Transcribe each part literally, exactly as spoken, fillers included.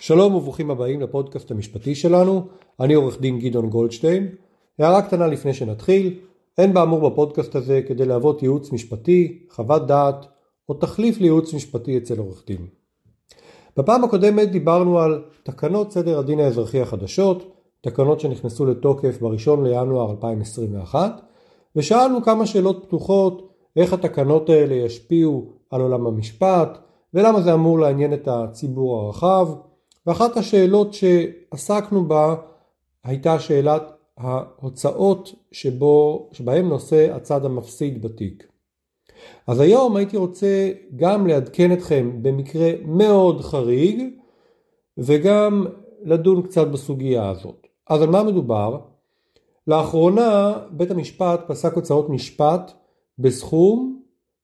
שלום וברוכים הבאים לפודקאסט המשפטי שלנו, אני עורך דין גדעון גולדשטיין. הערה קטנה לפני שנתחיל, אין באמור בפודקאסט הזה כדי להוות ייעוץ משפטי, חוות דעת או תחליף לייעוץ משפטי אצל עורך דין. בפעם הקודמת דיברנו על תקנות סדר הדין האזרחי החדשות, תקנות שנכנסו לתוקף בראשון לינואר אלפיים עשרים ואחת, ושאלנו כמה שאלות פתוחות, איך התקנות האלה ישפיעו על עולם המשפט, ולמה זה אמור לעניין את הציבור הרחב. ואחת השאלות שעסקנו בה הייתה שאלת ההוצאות שבו, שבהם נושא הצד המפסיד בתיק. אז היום הייתי רוצה גם לעדכן אתכם במקרה מאוד חריג וגם לדון קצת בסוגיה הזאת. אז על מה מדובר? לאחרונה בית המשפט פסק הוצאות משפט בסכום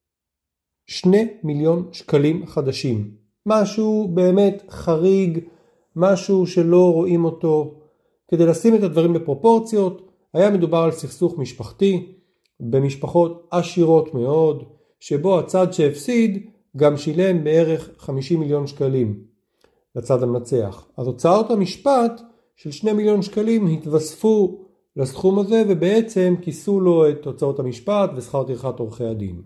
שני מיליון שקלים חדשים. משהו באמת חריג, משהו שלא רואים אותו. כדי לשים את הדברים בפרופורציות, היה מדובר על סכסוך משפחתי במשפחות עשירות מאוד, שבו הצד שהפסיד גם שילם בערך חמישים מיליון שקלים לצד המנצח. אז הוצאות המשפט של שני מיליון שקלים התווספו לסכום הזה, ובעצם כיסו לו את הוצאות המשפט ושכר טרחת עורכי הדין.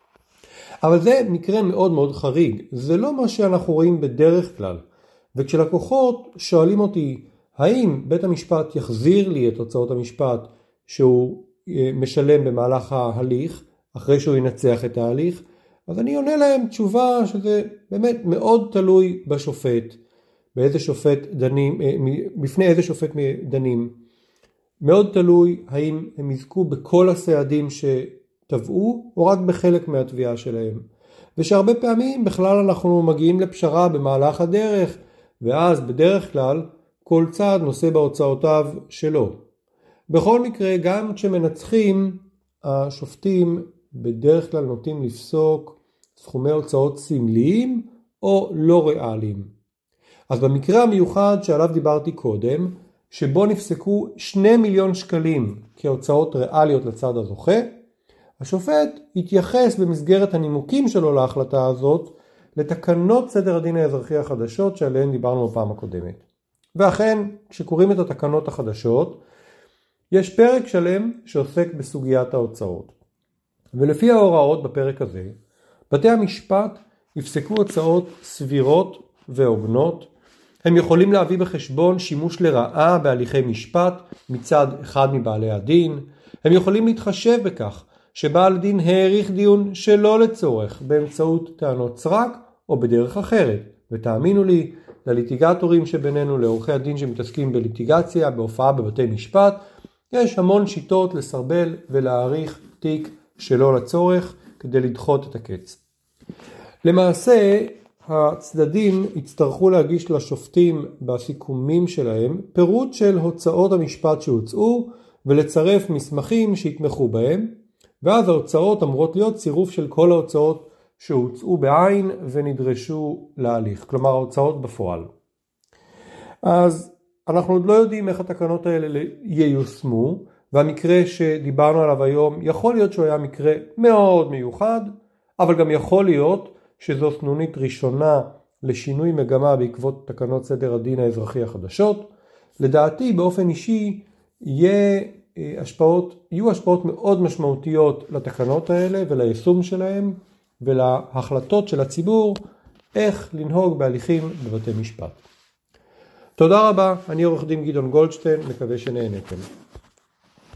אבל זה מקרה מאוד מאוד חריג, זה לא מה שאנחנו רואים בדרך כלל. וכשלקוחות שואלים אותי, האם בית המשפט יחזיר לי את הוצאות המשפט שהוא משלם במהלך ההליך, אחרי שהוא ינצח את ההליך, אז אני עונה להם תשובה שזה באמת מאוד תלוי בשופט, באיזה שופט דנים, בפני איזה שופט דנים. מאוד תלוי האם הם יזכו בכל הסעדים שטבעו, או רק בחלק מהתביעה שלהם. ושהרבה פעמים בכלל אנחנו מגיעים לפשרה במהלך הדרך, ואז בדרך כלל כל צד נושא בהוצאותיו שלו. בכל מקרה, גם כשמנצחים, השופטים בדרך כלל נוטים לפסוק סכומי הוצאות סמליים או לא ריאליים. אז במקרה המיוחד שעליו דיברתי קודם, שבו נפסקו שני מיליון שקלים כהוצאות ריאליות לצד הזוכה, השופט התייחס במסגרת הנימוקים שלו להחלטה הזאת לתקנות סדר הדין האזרחי החדשות שעליהן דיברנו בפעם הקודמת. ואכן, כשקוראים את התקנות החדשות, יש פרק שלם שעוסק בסוגיית ההוצאות. ולפי ההוראות בפרק הזה, בתי המשפט יפסקו הוצאות סבירות והוגנות. הם יכולים להביא בחשבון שימוש לרעה בהליכי משפט מצד אחד מבעלי הדין. הם יכולים להתחשב בכך שבעל דין העריך דיון שלא לצורך באמצעות טענות סרק או בדרך אחרת. ותאמינו לי, לליטיגטורים שבינינו, לעורכי הדין שמתעסקים בליטיגציה, בהופעה בבתי משפט, יש המון שיטות לסרבל ולהעריך תיק שלא לצורך כדי לדחות את הקץ. למעשה, הצדדים יצטרכו להגיש לשופטים בסיכומים שלהם פירוט של הוצאות המשפט שהוצאו ולצרף מסמכים שיתמכו בהם, ואז ההוצאות אמורות להיות צירוף של כל ההוצאות שהוצאו בעין ונדרשו להליך, כלומר ההוצאות בפועל. אז אנחנו עוד לא יודעים איך התקנות האלה ייושמו, והמקרה שדיברנו עליו היום יכול להיות שהוא היה מקרה מאוד מיוחד, אבל גם יכול להיות שזו סנונית ראשונה לשינוי מגמה בעקבות תקנות סדר הדין האזרחי החדשות. לדעתי באופן אישי יהיה השפעות, יהיו השפעות מאוד משמעותיות לתקנות האלה וליישום שלהם ולהחלטות של הציבור איך לנהוג בהליכים בבתי משפט. תודה רבה, אני עורך דין גדעון גולדשטיין, מקווה שנהנתם.